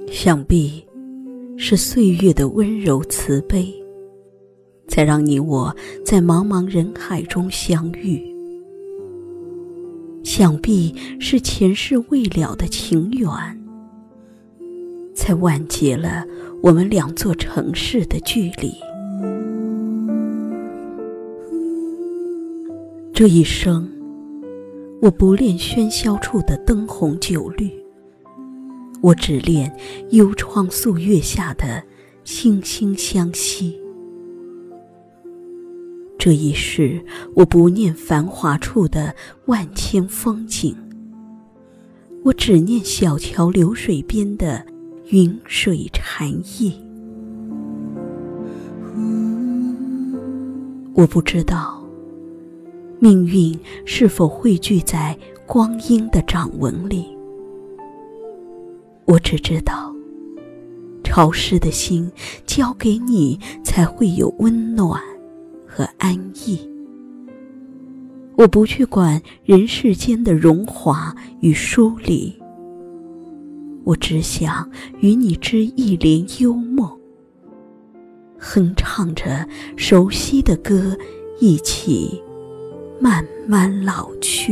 想必是岁月的温柔慈悲，才让你我在茫茫人海中相遇。想必是前世未了的情缘，才挽结了我们两座城市的距离。这一生，我不恋喧嚣处的灯红酒绿，我只恋幽窗素月下的惺惺相惜。这一世，我不念繁华处的万千风景，我只念小桥流水边的云水禅意。我不知道命运是否汇聚在光阴的掌纹里，我只知道潮湿的心交给你才会有温暖和安逸。我不去管人世间的荣华与疏离，我只想与你织一帘幽梦，哼唱着熟悉的歌，一起慢慢老去。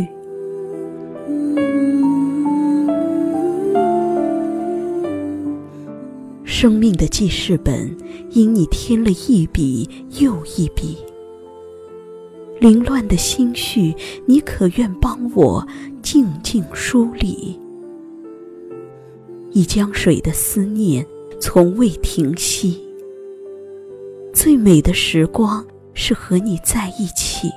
生命的记事本因你添了一笔又一笔，凌乱的心绪你可愿帮我静静梳理。一江水的思念从未停息，最美的时光是和你在一起。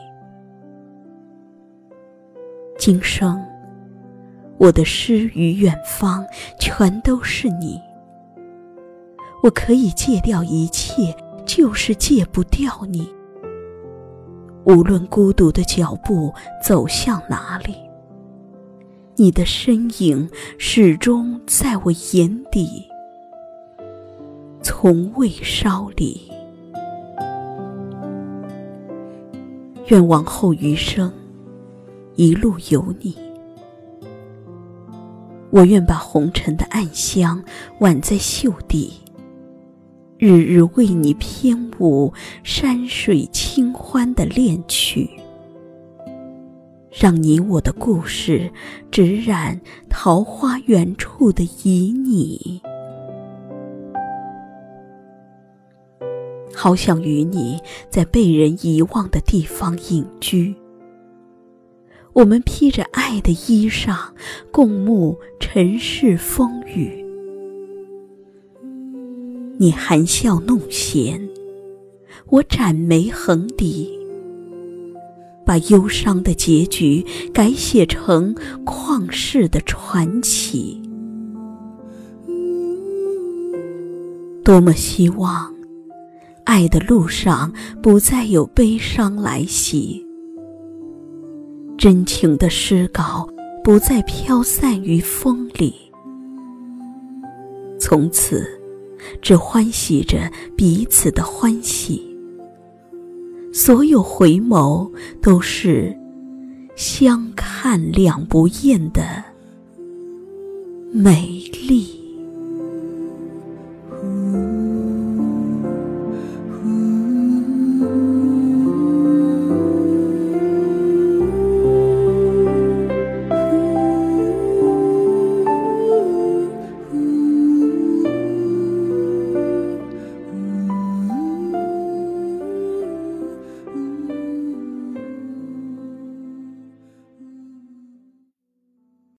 今生我的诗与远方全都是你，我可以戒掉一切，就是戒不掉你。无论孤独的脚步走向哪里，你的身影始终在我眼底，从未稍离。愿往后余生一路有你，我愿把红尘的暗香挽在袖底，日日为你编舞山水清欢的恋曲，让你我的故事直染桃花源处的旖旎。好想与你在被人遗忘的地方隐居，我们披着爱的衣裳，共沐尘世风雨。你含笑弄弦，我展眉横笛，把忧伤的结局改写成旷世的传奇。多么希望爱的路上不再有悲伤来袭，真情的诗稿不再飘散于风里，从此只欢喜着彼此的欢喜，所有回眸都是相看两不厌的美丽。